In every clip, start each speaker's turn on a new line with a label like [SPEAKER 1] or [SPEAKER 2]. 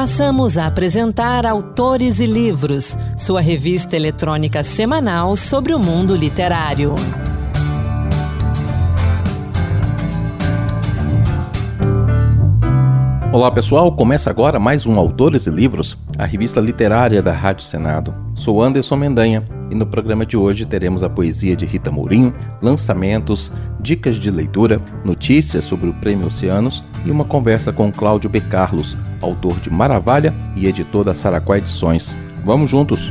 [SPEAKER 1] Passamos a apresentar Autores e Livros, sua revista eletrônica semanal sobre o mundo literário.
[SPEAKER 2] Olá pessoal, começa agora mais um Autores e Livros, a revista literária da Rádio Senado. Sou Anderson Mendanha e no programa de hoje teremos a poesia de Rita Mourinho, lançamentos, dicas de leitura, notícias sobre o Prêmio Oceanos e uma conversa com Cláudio B. Carlos, autor de Maravalha e editor da Saraquá Edições. Vamos juntos!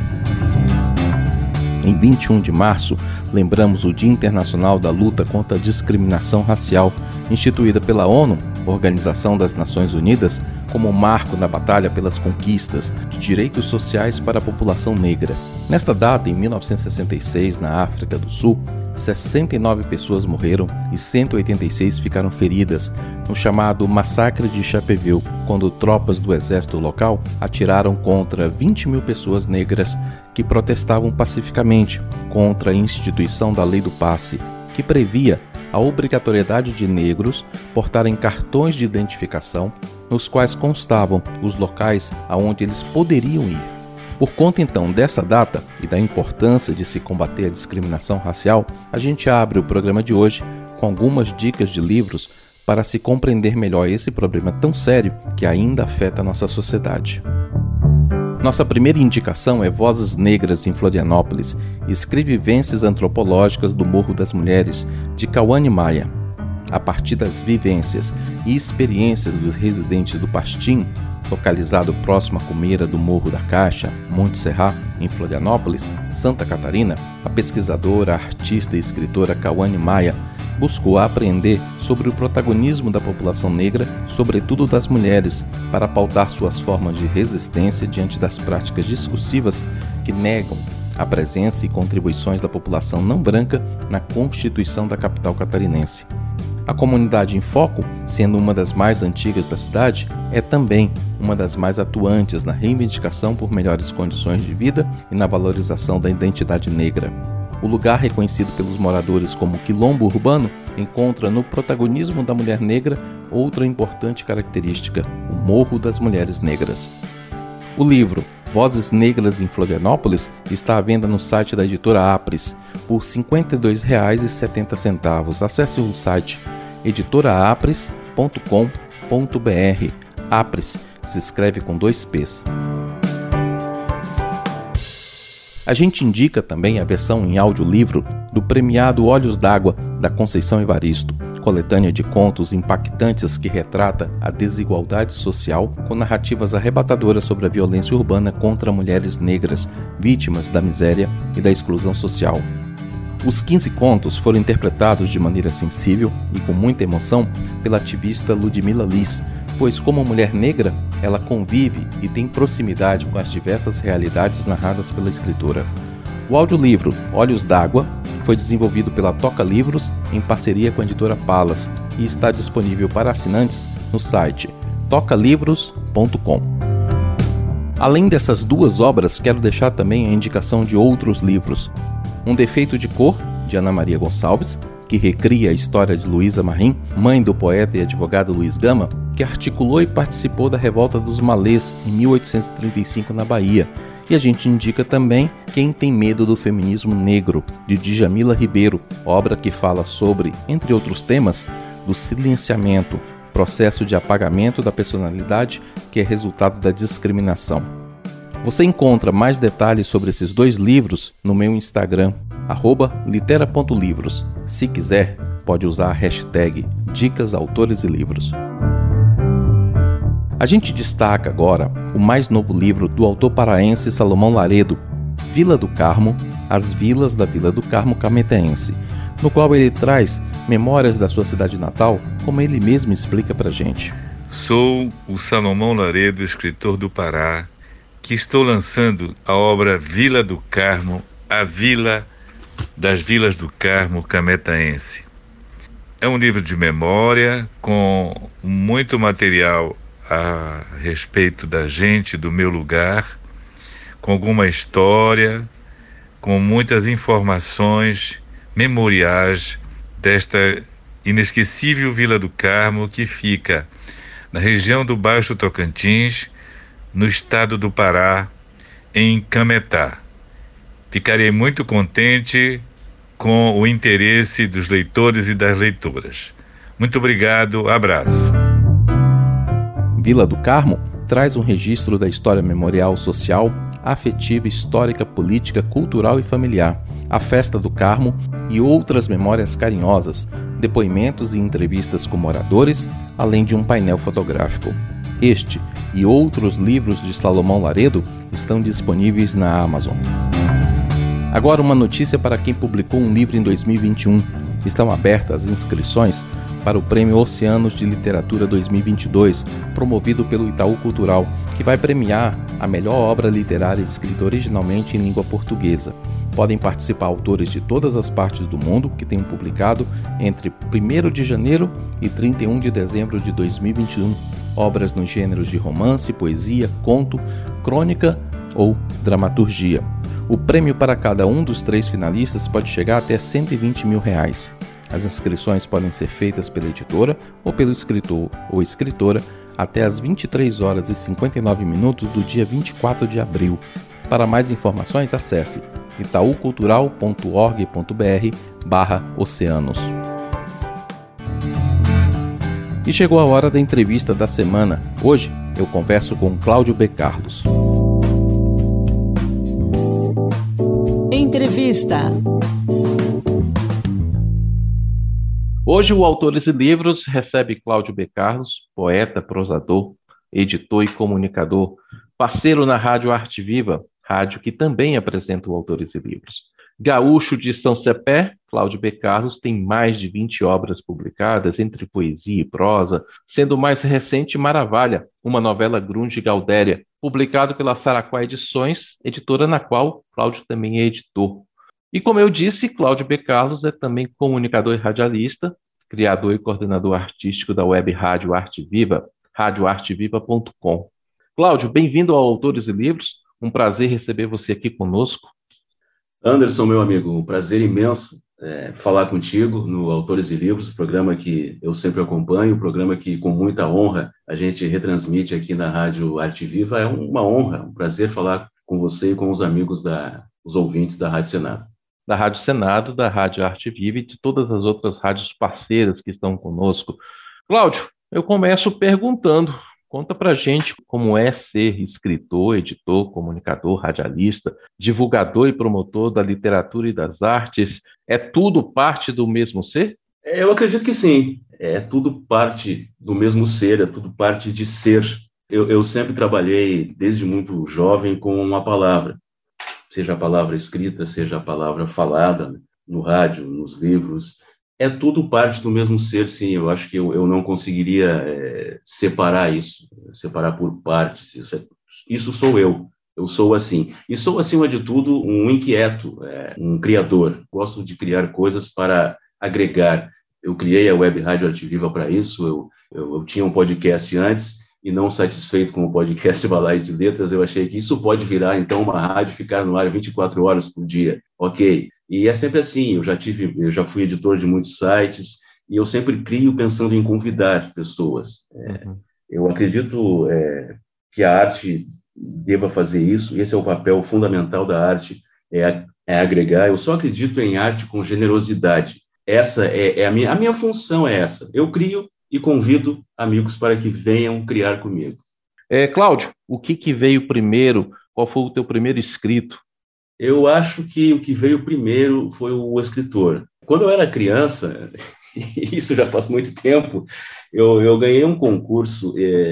[SPEAKER 2] Em 21 de março, lembramos o Dia Internacional da Luta contra a Discriminação Racial, instituída pela ONU, Organização das Nações Unidas, como um marco na batalha pelas conquistas de direitos sociais para a população negra. Nesta data, em 1966, na África do Sul, 69 pessoas morreram e 186 ficaram feridas no chamado Massacre de Chapeville, quando tropas do exército local atiraram contra 20 mil pessoas negras que protestavam pacificamente contra a instituição da Lei do Passe, que previa a obrigatoriedade de negros portarem cartões de identificação nos quais constavam os locais aonde eles poderiam ir. Por conta então dessa data e da importância de se combater a discriminação racial, a gente abre o programa de hoje com algumas dicas de livros para se compreender melhor esse problema tão sério que ainda afeta a nossa sociedade. Nossa primeira indicação é Vozes Negras em Florianópolis, Escrevivências Antropológicas do Morro das Mulheres, de Cauane Maia. A partir das vivências e experiências dos residentes do Pastim, localizado próximo à cumeira do Morro da Caixa, Monte Serrat, em Florianópolis, Santa Catarina, a pesquisadora, artista e escritora Cauane Maia buscou aprender sobre o protagonismo da população negra, sobretudo das mulheres, para pautar suas formas de resistência diante das práticas discursivas que negam a presença e contribuições da população não branca na constituição da capital catarinense. A comunidade em foco, sendo uma das mais antigas da cidade, é também uma das mais atuantes na reivindicação por melhores condições de vida e na valorização da identidade negra. O lugar, reconhecido pelos moradores como quilombo urbano, encontra no protagonismo da mulher negra outra importante característica, o Morro das Mulheres Negras. O livro Vozes Negras em Florianópolis está à venda no site da editora Apres por R$ 52,70. Acesse o site editoraapres.com.br. Apres se escreve com 2 P's. A gente indica também a versão em audiolivro do premiado Olhos d'Água, da Conceição Evaristo, coletânea de contos impactantes que retrata a desigualdade social com narrativas arrebatadoras sobre a violência urbana contra mulheres negras, vítimas da miséria e da exclusão social. Os 15 contos foram interpretados de maneira sensível e com muita emoção pela ativista Ludmila Liz, pois como mulher negra, ela convive e tem proximidade com as diversas realidades narradas pela escritora. O audiolivro Olhos d'Água foi desenvolvido pela Toca Livros em parceria com a editora Palas e está disponível para assinantes no site tocalivros.com. Além dessas 2 obras, quero deixar também a indicação de outros livros. Um Defeito de Cor, de Ana Maria Gonçalves, que recria a história de Luísa Marim, mãe do poeta e advogado Luiz Gama, que articulou e participou da Revolta dos Malês em 1835 na Bahia. E a gente indica também Quem Tem Medo do Feminismo Negro, de Djamila Ribeiro, obra que fala sobre, entre outros temas, do silenciamento, processo de apagamento da personalidade que é resultado da discriminação. Você encontra mais detalhes sobre esses 2 livros no meu Instagram, @litera.livros. Se quiser, pode usar a hashtag Dicas Autores e Livros. A gente destaca agora o mais novo livro do autor paraense Salomão Laredo, Vila do Carmo, As Vilas da Vila do Carmo Cametense, no qual ele traz memórias da sua cidade natal, como ele mesmo explica pra gente.
[SPEAKER 3] Sou o Salomão Laredo, escritor do Pará, que estou lançando a obra Vila do Carmo, a Vila das Vilas do Carmo Cametense. É um livro de memória com muito material a respeito da gente, do meu lugar, com alguma história, com muitas informações memoriais desta inesquecível Vila do Carmo, que fica na região do Baixo Tocantins, no estado do Pará, em Cametá. Ficarei muito contente com o interesse dos leitores e das leitoras. Muito obrigado, abraço.
[SPEAKER 2] Vila do Carmo traz um registro da história memorial social, afetiva, histórica, política, cultural e familiar, a Festa do Carmo e outras memórias carinhosas, depoimentos e entrevistas com moradores, além de um painel fotográfico. Este e outros livros de Salomão Laredo estão disponíveis na Amazon. Agora uma notícia para quem publicou um livro em 2021. Estão abertas as inscrições para o Prêmio Oceanos de Literatura 2022, promovido pelo Itaú Cultural, que vai premiar a melhor obra literária escrita originalmente em língua portuguesa. Podem participar autores de todas as partes do mundo que tenham publicado entre 1º de janeiro e 31 de dezembro de 2021, obras nos gêneros de romance, poesia, conto, crônica ou dramaturgia. O prêmio para cada um dos 3 finalistas pode chegar até R$120 mil. As inscrições podem ser feitas pela editora ou pelo escritor ou escritora até às 23h59 do dia 24 de abril. Para mais informações, acesse itaucultural.org.br/oceanos. E chegou a hora da entrevista da semana. Hoje eu converso com Cláudio B. Carlos.
[SPEAKER 1] Entrevista.
[SPEAKER 2] Hoje o Autores e Livros recebe Cláudio B. Carlos, poeta, prosador, editor e comunicador, parceiro na Rádio Arte Viva, rádio que também apresenta o Autores e Livros. Gaúcho de São Cepé, Cláudio B. Carlos tem mais de 20 obras publicadas entre poesia e prosa, sendo o mais recente Maravalha, uma novela grunge gaudéria, publicado pela Saraquá Edições, editora na qual Cláudio também é editor. E como eu disse, Cláudio B. Carlos é também comunicador e radialista, criador e coordenador artístico da web Rádio Arte Viva, radioarteviva.com. Cláudio, bem-vindo ao Autores e Livros, um prazer receber você aqui conosco.
[SPEAKER 4] Anderson, meu amigo, um prazer imenso falar contigo no Autores e Livros, programa que eu sempre acompanho, programa que com muita honra a gente retransmite aqui na Rádio Arte Viva. É uma honra, um prazer falar com você e com os amigos, os ouvintes da Rádio Senado.
[SPEAKER 2] Da Rádio Senado, da Rádio Arte Viva e de todas as outras rádios parceiras que estão conosco. Cláudio, eu começo perguntando, conta pra gente como é ser escritor, editor, comunicador, radialista, divulgador e promotor da literatura e das artes. É tudo parte do mesmo ser?
[SPEAKER 4] Eu acredito que sim, é tudo parte do mesmo ser, é tudo parte de ser. Eu sempre trabalhei, desde muito jovem, com uma palavra. Seja a palavra escrita, seja a palavra falada, né, no rádio, nos livros, é tudo parte do mesmo ser, sim. Eu acho que eu não conseguiria separar por partes. Isso sou eu sou assim. E sou, acima de tudo, um inquieto, um criador. Gosto de criar coisas para agregar. Eu criei a Web Rádio Arte Viva para isso. Eu tinha um podcast antes, e não satisfeito com o podcast Balaio de Letras, eu achei que isso pode virar, então, uma rádio e ficar no ar 24 horas por dia. Ok. E é sempre assim, eu já fui editor de muitos sites, e eu sempre crio pensando em convidar pessoas. Eu acredito que a arte deva fazer isso, esse é o papel fundamental da arte, é agregar. Eu só acredito em arte com generosidade. Essa é a minha função, é essa. Eu crio e convido amigos para que venham criar comigo.
[SPEAKER 2] Cláudio, o que veio primeiro? Qual foi o teu primeiro escrito?
[SPEAKER 4] Eu acho que o que veio primeiro foi o escritor. Quando eu era criança, isso já faz muito tempo, eu ganhei um concurso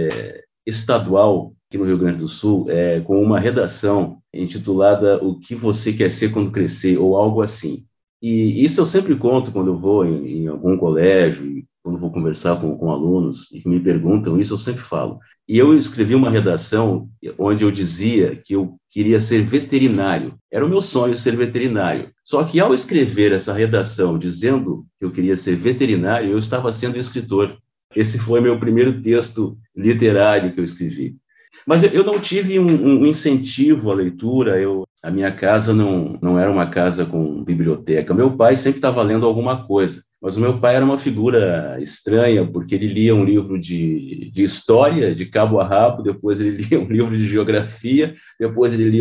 [SPEAKER 4] estadual aqui no Rio Grande do Sul, com uma redação intitulada O que você quer ser quando crescer, ou algo assim. E isso eu sempre conto quando eu vou em algum colégio, quando vou conversar com alunos e que me perguntam isso, eu sempre falo. E eu escrevi uma redação onde eu dizia que eu queria ser veterinário. Era o meu sonho ser veterinário. Só que ao escrever essa redação dizendo que eu queria ser veterinário, eu estava sendo escritor. Esse foi meu primeiro texto literário que eu escrevi. Mas eu não tive um incentivo à leitura. A minha casa não era uma casa com biblioteca. Meu pai sempre estava lendo alguma coisa. Mas o meu pai era uma figura estranha, porque ele lia um livro de história, de cabo a rabo, depois ele lia um livro de geografia, depois ele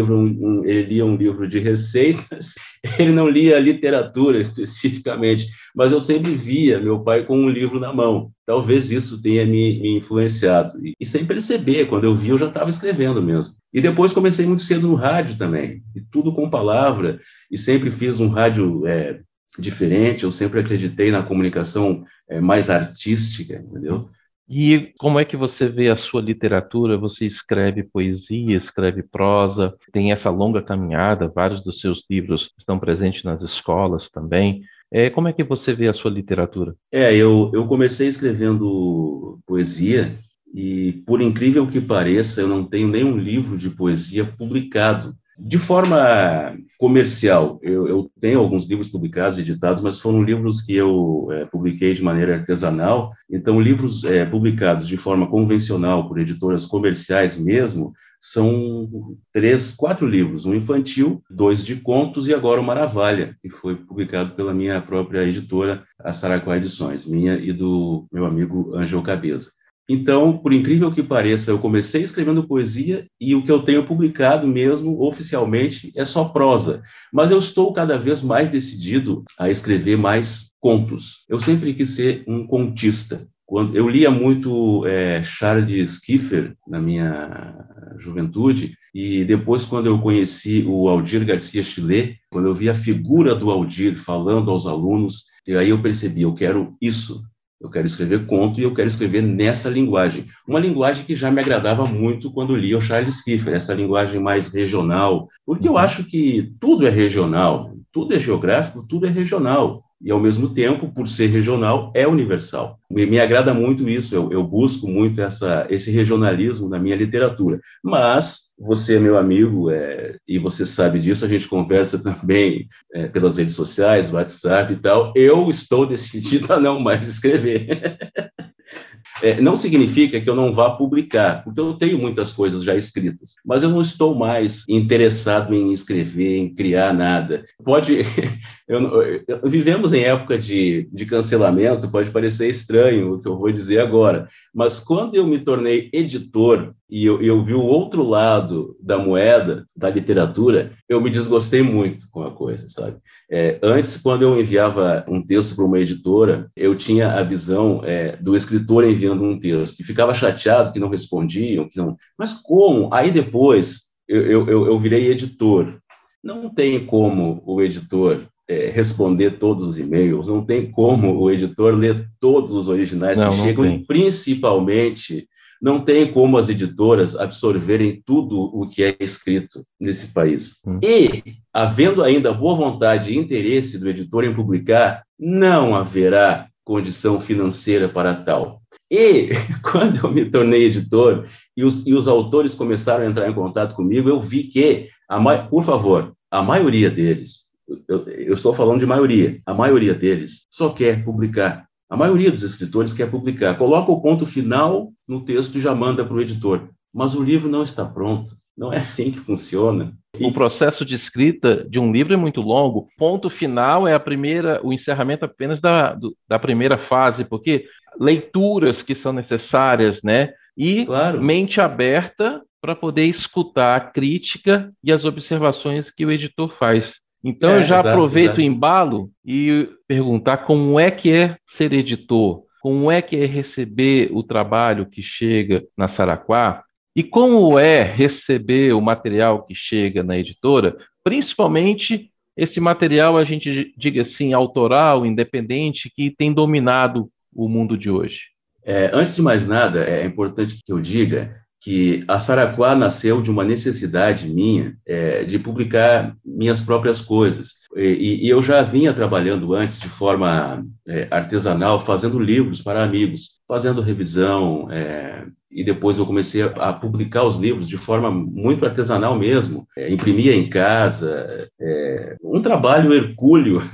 [SPEAKER 4] lia um livro de receitas. Ele não lia literatura especificamente, mas eu sempre via meu pai com um livro na mão. Talvez isso tenha me influenciado. E sem perceber, quando eu vi, eu já estava escrevendo mesmo. E depois comecei muito cedo no rádio também, e tudo com palavra, e sempre fiz um rádio diferente. Eu sempre acreditei na comunicação mais artística, entendeu?
[SPEAKER 2] E como é que você vê a sua literatura? Você escreve poesia, escreve prosa, tem essa longa caminhada, vários dos seus livros estão presentes nas escolas também. Como é que você vê a sua literatura?
[SPEAKER 4] Eu comecei escrevendo poesia e, por incrível que pareça, eu não tenho nenhum livro de poesia publicado. De forma comercial, eu tenho alguns livros publicados, editados, mas foram livros que eu publiquei de maneira artesanal. Então, livros publicados de forma convencional por editoras comerciais mesmo, são 4 livros, um infantil, 2 de contos e agora o Maravalha, que foi publicado pela minha própria editora, a Saraquá Edições, minha e do meu amigo Ângelo Cabeza. Então, por incrível que pareça, eu comecei escrevendo poesia e o que eu tenho publicado mesmo, oficialmente, é só prosa. Mas eu estou cada vez mais decidido a escrever mais contos. Eu sempre quis ser um contista. Quando eu lia muito Charles Kiefer na minha juventude, e depois, quando eu conheci o Aldir Garcia Chilé, quando eu vi a figura do Aldir falando aos alunos, e aí eu percebi, eu quero isso. Eu quero escrever conto e eu quero escrever nessa linguagem. Uma linguagem que já me agradava muito quando lia o Charles Kiefer, essa linguagem mais regional, porque eu acho que tudo é regional, tudo é geográfico, tudo é regional. E, ao mesmo tempo, por ser regional, é universal. Me agrada muito isso, eu busco muito esse regionalismo na minha literatura. Mas você é meu amigo, e você sabe disso, a gente conversa também pelas redes sociais, WhatsApp e tal. Eu estou decidido a não mais escrever. Não significa que eu não vá publicar, porque eu tenho muitas coisas já escritas, mas eu não estou mais interessado em escrever, em criar nada. Vivemos em época de cancelamento, pode parecer estranho o que eu vou dizer agora, mas quando eu me tornei editor e eu vi o outro lado da moeda, da literatura, eu me desgostei muito com a coisa, sabe? Antes, quando eu enviava um texto para uma editora, eu tinha a visão do escritor enviando um texto, e ficava chateado que não respondiam, mas como? Aí depois eu virei editor. Não tem como o editor responder todos os e-mails, não tem como o editor ler todos os originais que chegam, e principalmente não tem como as editoras absorverem tudo o que é escrito nesse país. E, havendo ainda boa vontade e interesse do editor em publicar, não haverá condição financeira para tal. E, quando eu me tornei editor e os autores começaram a entrar em contato comigo, eu vi que, por favor, a maioria deles, eu estou falando de maioria, a maioria deles só quer publicar. A maioria dos escritores quer publicar. Coloca o ponto final no texto e já manda para o editor. Mas o livro não está pronto. Não é assim que funciona.
[SPEAKER 2] O processo de escrita de um livro é muito longo. Ponto final é o encerramento apenas da primeira fase, porque leituras que são necessárias, né? E claro, mente aberta para poder escutar a crítica e as observações que o editor faz. Então, eu já aproveito o embalo e perguntar como é que é ser editor, como é que é receber o trabalho que chega na Saraquá e como é receber o material que chega na editora, principalmente esse material, a gente diga assim, autoral, independente, que tem dominado o mundo de hoje.
[SPEAKER 4] Antes de mais nada, é importante que eu diga que a Saraquá nasceu de uma necessidade minha de publicar minhas próprias coisas. E eu já vinha trabalhando antes de forma artesanal, fazendo livros para amigos, fazendo revisão, e depois eu comecei a publicar os livros de forma muito artesanal mesmo, imprimia em casa, um trabalho hercúleo.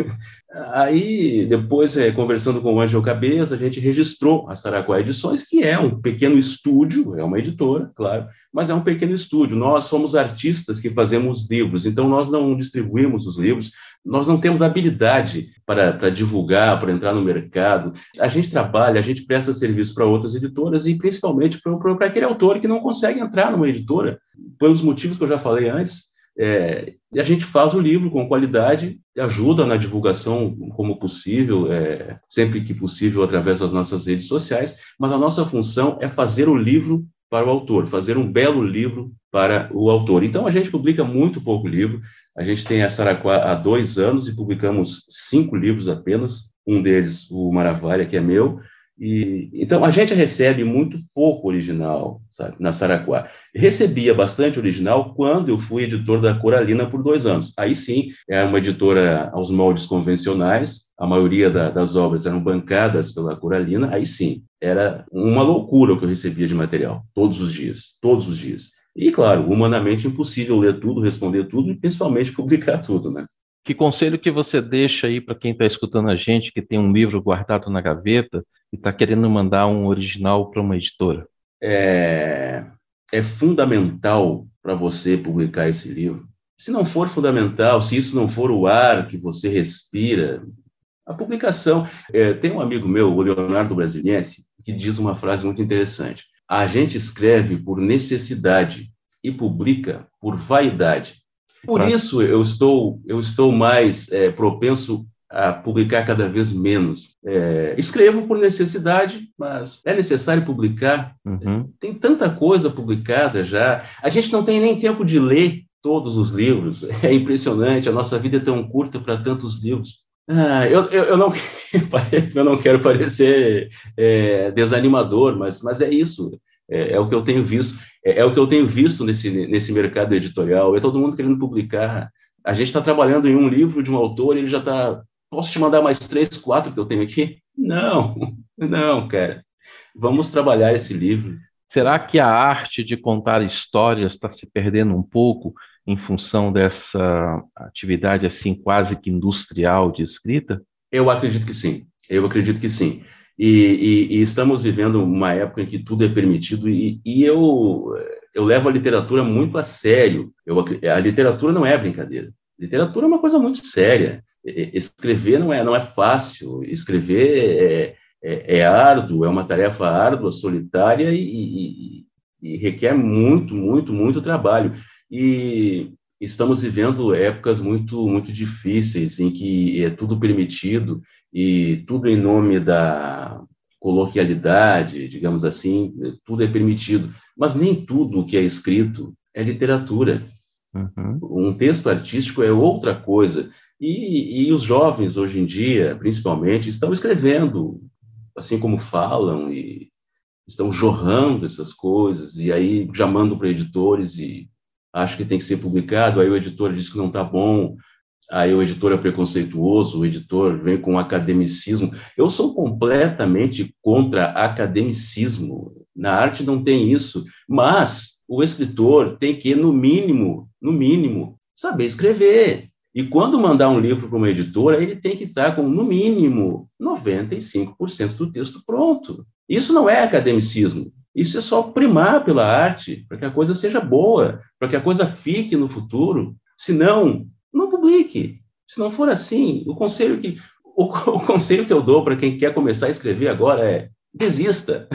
[SPEAKER 4] Aí, depois, conversando com o Ângelo Cabeza, a gente registrou a Saraquá Edições, que é um pequeno estúdio, é uma editora, claro, mas é um pequeno estúdio. Nós somos artistas que fazemos livros, então nós não distribuímos os livros, Nós não temos habilidade para divulgar, para entrar no mercado. A gente trabalha, a gente presta serviço para outras editoras e principalmente para aquele autor que não consegue entrar numa editora, pelos motivos que eu já falei antes. E a gente faz o livro com qualidade, ajuda na divulgação como possível, sempre que possível através das nossas redes sociais, mas a nossa função é fazer o livro para o autor, fazer um belo livro para o autor. Então, a gente publica muito pouco livro. A gente tem a Saraquá há 2 anos e publicamos 5 livros apenas, um deles, o Maravilha, que é meu. Então, a gente recebe muito pouco original, sabe, na Saraquá. Recebia bastante original quando eu fui editor da Coralina por 2 anos. Aí sim, é uma editora aos moldes convencionais, a maioria das obras eram bancadas pela Coralina, aí sim, era uma loucura o que eu recebia de material, todos os dias, todos os dias. E, claro, humanamente impossível ler tudo, responder tudo e principalmente publicar tudo, né?
[SPEAKER 2] Que conselho que você deixa aí para quem está escutando a gente, que tem um livro guardado na gaveta e está querendo mandar um original para uma editora?
[SPEAKER 4] É fundamental para você publicar esse livro. Se não for fundamental, se isso não for o ar que você respira, a publicação... tem um amigo meu, o Leonardo Brasiliense, que diz uma frase muito interessante. A gente escreve por necessidade e publica por vaidade. Por isso, eu estou mais propenso a publicar cada vez menos. Escrevo por necessidade, mas é necessário publicar.
[SPEAKER 2] Uhum.
[SPEAKER 4] Tem tanta coisa publicada já. A gente não tem nem tempo de ler todos os livros. É impressionante, a nossa vida é tão curta para tantos livros. Eu não quero parecer desanimador, mas é isso. É o que eu tenho visto. É o que eu tenho visto nesse mercado editorial. É todo mundo querendo publicar. A gente está trabalhando em um livro de um autor, ele já está... Posso te mandar mais 3, 4 que eu tenho aqui? Não, cara. Vamos trabalhar esse livro.
[SPEAKER 2] Será que a arte de contar histórias está se perdendo um pouco em função dessa atividade assim quase que industrial de escrita?
[SPEAKER 4] Eu acredito que sim. E estamos vivendo uma época em que tudo é permitido e eu levo a literatura muito a sério. A literatura não é brincadeira. Literatura é uma coisa muito séria. Escrever não é fácil. Escrever é árduo, é uma tarefa árdua, solitária e requer muito, muito, muito trabalho. E estamos vivendo épocas muito, muito difíceis, em que é tudo permitido e tudo em nome da coloquialidade, digamos assim, tudo é permitido. Mas nem tudo o que é escrito é literatura.
[SPEAKER 2] Uhum.
[SPEAKER 4] Um texto artístico é outra coisa. E os jovens, hoje em dia, principalmente, estão escrevendo, assim como falam, e estão jorrando essas coisas, e aí já mandam para editores e acho que tem que ser publicado, aí o editor diz que não está bom, aí o editor é preconceituoso, o editor vem com academicismo. Eu sou completamente contra academicismo. Na arte não tem isso, mas o escritor tem que, no mínimo, saber escrever. E quando mandar um livro para uma editora, ele tem que estar com, no mínimo, 95% do texto pronto. Isso não é academicismo. Isso é só primar pela arte, para que a coisa seja boa, para que a coisa fique no futuro. Se não publique. Se não for assim, o conselho que eu dou para quem quer começar a escrever agora é: desista.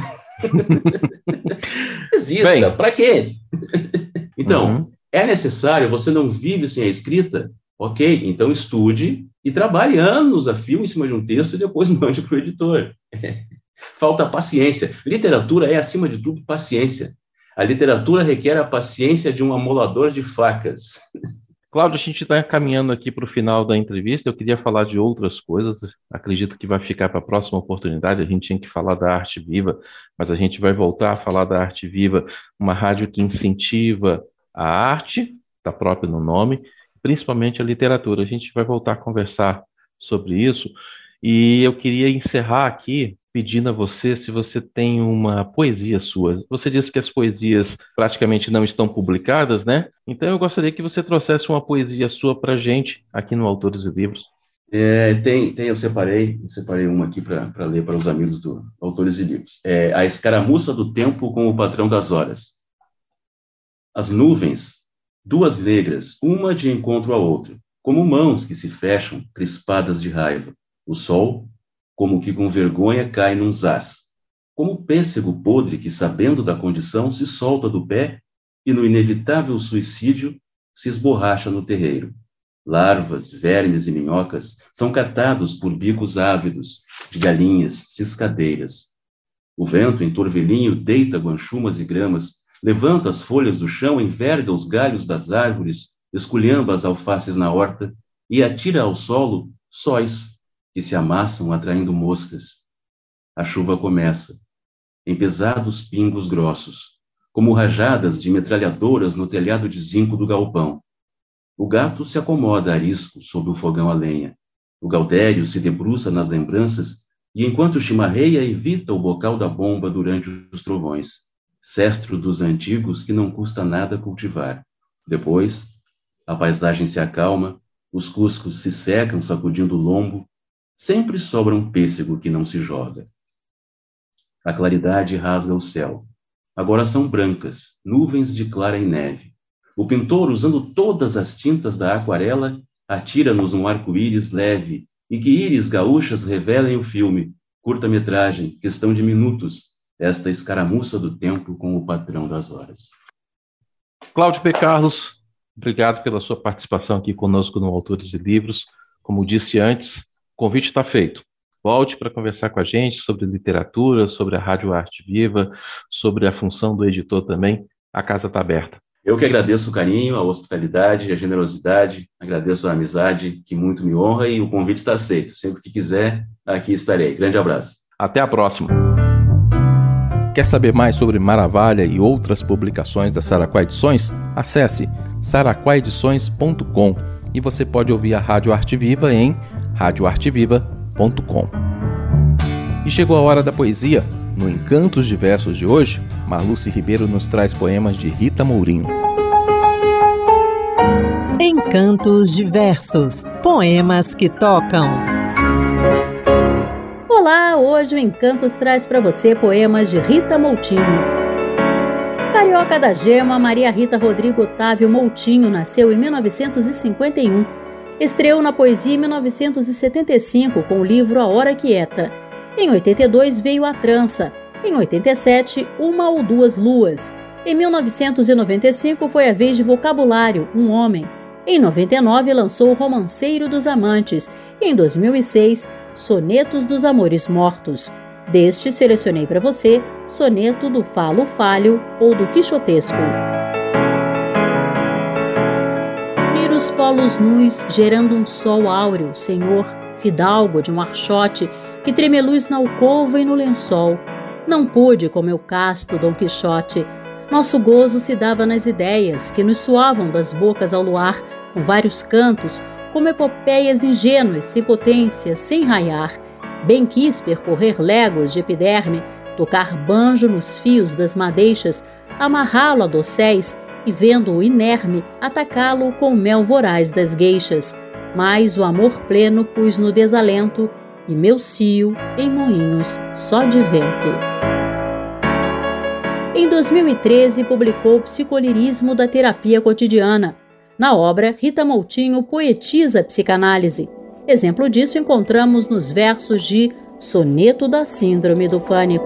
[SPEAKER 4] Desista. Para quê? Então, é necessário, você não vive sem a escrita? Ok, então estude e trabalhe anos a fio em cima de um texto e depois mande para o editor. Falta paciência. Literatura é, acima de tudo, paciência. A literatura requer a paciência de um amolador de facas.
[SPEAKER 2] Cláudio, a gente está caminhando aqui para o final da entrevista. Eu queria falar de outras coisas. Acredito que vai ficar para a próxima oportunidade. A gente tinha que falar da Arte Viva, mas a gente vai voltar a falar da Arte Viva, uma rádio que incentiva a arte, está próprio no nome, principalmente a literatura. A gente vai voltar a conversar sobre isso. E eu queria encerrar aqui pedindo a você se você tem uma poesia sua. Você disse que as poesias praticamente não estão publicadas, né? Então eu gostaria que você trouxesse uma poesia sua para a gente aqui no Autores e Livros.
[SPEAKER 4] Eu separei uma aqui para ler para os amigos do Autores e Livros. A Escaramuça do Tempo com o Patrão das Horas. As nuvens, duas negras, uma de encontro à outra, como mãos que se fecham, crispadas de raiva. O sol, como que com vergonha, cai num zás. Como pêssego podre que, sabendo da condição, se solta do pé e, no inevitável suicídio, se esborracha no terreiro. Larvas, vermes e minhocas são catados por bicos ávidos de galinhas ciscadeiras. O vento, em torvelinho, deita guanchumas e gramas, levanta as folhas do chão, enverga os galhos das árvores, esculhamba as alfaces na horta e atira ao solo sóis que se amassam atraindo moscas. A chuva começa, em pesados pingos grossos, como rajadas de metralhadoras no telhado de zinco do galpão. O gato se acomoda arisco sob o fogão a lenha. O Gaudério se debruça nas lembranças e, enquanto chimarreia, evita o bocal da bomba durante os trovões. Cestro dos antigos que não custa nada cultivar. Depois, a paisagem se acalma, os cuscos se secam sacudindo o lombo, sempre sobra um pêssego que não se joga. A claridade rasga o céu. Agora são brancas, nuvens de clara e neve. O pintor, usando todas as tintas da aquarela, atira-nos um arco-íris leve, e que íris gaúchas revelem o filme, curta-metragem, questão de minutos, esta escaramuça do tempo com o patrão das horas.
[SPEAKER 2] Cláudio P. Carlos, obrigado pela sua participação aqui conosco no Autores e Livros. Como disse antes, o convite está feito. Volte para conversar com a gente sobre literatura, sobre a Rádio Arte Viva, sobre a função do editor também. A casa está aberta.
[SPEAKER 4] Eu que agradeço o carinho, a hospitalidade, a generosidade, agradeço a amizade, que muito me honra, e o convite está aceito. Sempre que quiser, aqui estarei. Grande abraço.
[SPEAKER 2] Até a próxima. Quer saber mais sobre Maravalha e outras publicações da Saraquá Edições? Acesse saraquaedições.com e você pode ouvir a Rádio Arte Viva em radioarteviva.com. E chegou a hora da poesia. No Encantos de Versos de hoje, Marluce Ribeiro nos traz poemas de Rita Mourinho.
[SPEAKER 1] Encantos de Versos, poemas que tocam.
[SPEAKER 5] Olá, hoje o Encantos traz para você poemas de Rita Moutinho. Carioca da Gema, Maria Rita Rodrigo Otávio Moutinho nasceu em 1951. Estreou na poesia em 1975 com o livro A Hora Quieta. Em 82 veio A Trança. Em 87, Uma ou Duas Luas. Em 1995 foi a vez de Vocabulário, Um Homem. Em 99 lançou O Romanceiro dos Amantes. E em 2006, Sonetos dos Amores Mortos. Deste selecionei para você Soneto do Falo Falho ou do Quixotesco. Mira os polos nus gerando um sol áureo, senhor, fidalgo de um archote, que treme luz na alcova e no lençol. Não pude com meu casto Dom Quixote. Nosso gozo se dava nas ideias que nos soavam das bocas ao luar, com vários cantos, como epopeias ingênuas, sem potência, sem raiar. Bem quis percorrer léguas de epiderme, tocar banjo nos fios das madeixas, amarrá-lo a dosséis e, vendo-o inerme, atacá-lo com o mel voraz das gueixas. Mas o amor pleno pus no desalento e meu cio em moinhos só de vento. Em 2013, publicou o Psicolirismo da Terapia Cotidiana. Na obra, Rita Moutinho poetiza a psicanálise. Exemplo disso encontramos nos versos de Soneto da Síndrome do Pânico.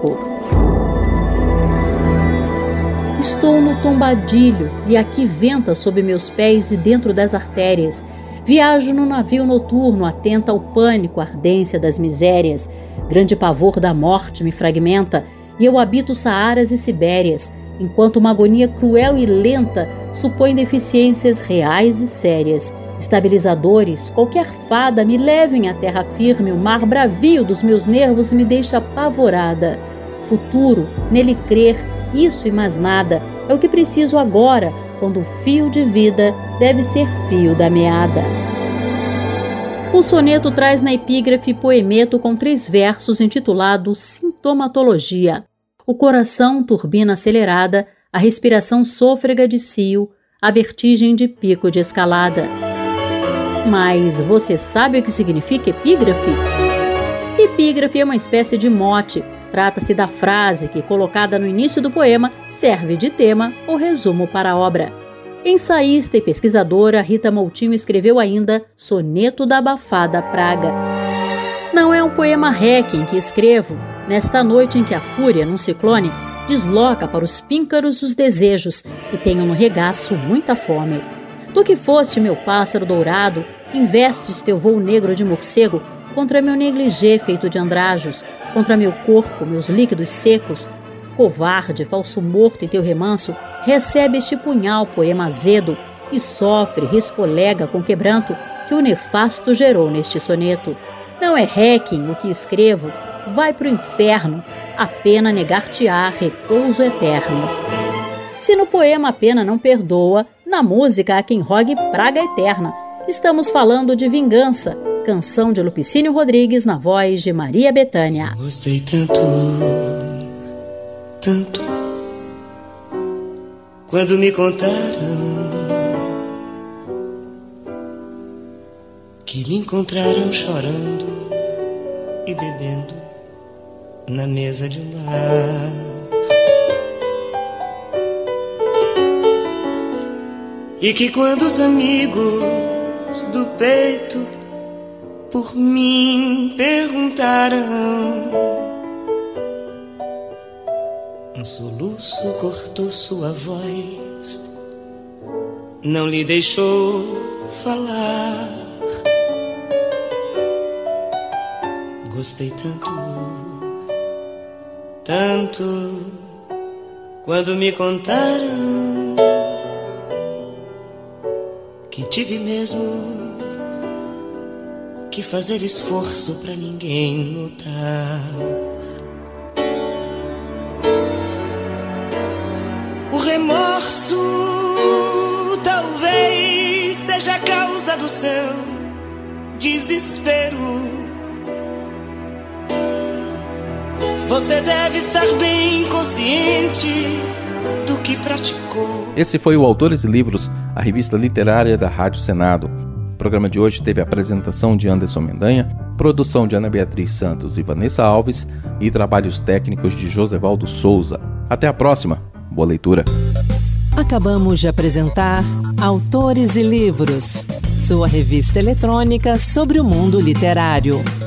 [SPEAKER 5] Estou no tombadilho e aqui venta sob meus pés e dentro das artérias. Viajo no navio noturno, atenta ao pânico, ardência das misérias. Grande pavor da morte me fragmenta e eu habito Saaras e Sibérias, enquanto uma agonia cruel e lenta supõe deficiências reais e sérias. Estabilizadores, qualquer fada me levem à terra firme, o mar bravio dos meus nervos me deixa apavorada. Futuro, nele crer, isso e mais nada, é o que preciso agora, quando o fio de vida deve ser fio da meada. O soneto traz na epígrafe poemeto com 3 versos intitulado Sintomatologia. O coração, turbina acelerada, a respiração sôfrega de cio, a vertigem de pico de escalada. Mas você sabe o que significa epígrafe? Epígrafe é uma espécie de mote. Trata-se da frase que, colocada no início do poema, serve de tema ou resumo para a obra. Ensaísta e pesquisadora, Rita Moutinho escreveu ainda Soneto da Abafada Praga. Não é um poema requiem que escrevo nesta noite em que a fúria, num ciclone, desloca para os píncaros os desejos e tenho no regaço muita fome. Tu que foste meu pássaro dourado, investes teu voo negro de morcego contra meu negligê feito de andrajos, contra meu corpo, meus líquidos secos. Covarde, falso morto em teu remanso, recebe este punhal, poema azedo, e sofre, resfolega com quebranto que o nefasto gerou neste soneto. Não é requiem o que escrevo, vai pro inferno, a pena negar-te-á repouso eterno. Se no poema a pena não perdoa, na música há quem rogue praga eterna. Estamos falando de Vingança, canção de Lupicínio Rodrigues na voz de Maria Bethânia.
[SPEAKER 6] Gostei tanto, tanto, quando me contaram que lhe encontraram chorando e bebendo na mesa de um bar. E que quando os amigos do peito por mim perguntaram, um soluço cortou sua voz, não lhe deixou falar. Gostei tanto, tanto, quando me contaram que tive mesmo que fazer esforço pra ninguém notar. O remorso talvez seja a causa do seu desespero. Você deve estar bem consciente do que praticou.
[SPEAKER 2] Esse foi o Autores e Livros, a revista literária da Rádio Senado. O programa de hoje teve a apresentação de Anderson Mendanha, produção de Ana Beatriz Santos e Vanessa Alves e trabalhos técnicos de Josevaldo Souza. Até a próxima. Boa leitura.
[SPEAKER 1] Acabamos de apresentar Autores e Livros, sua revista eletrônica sobre o mundo literário.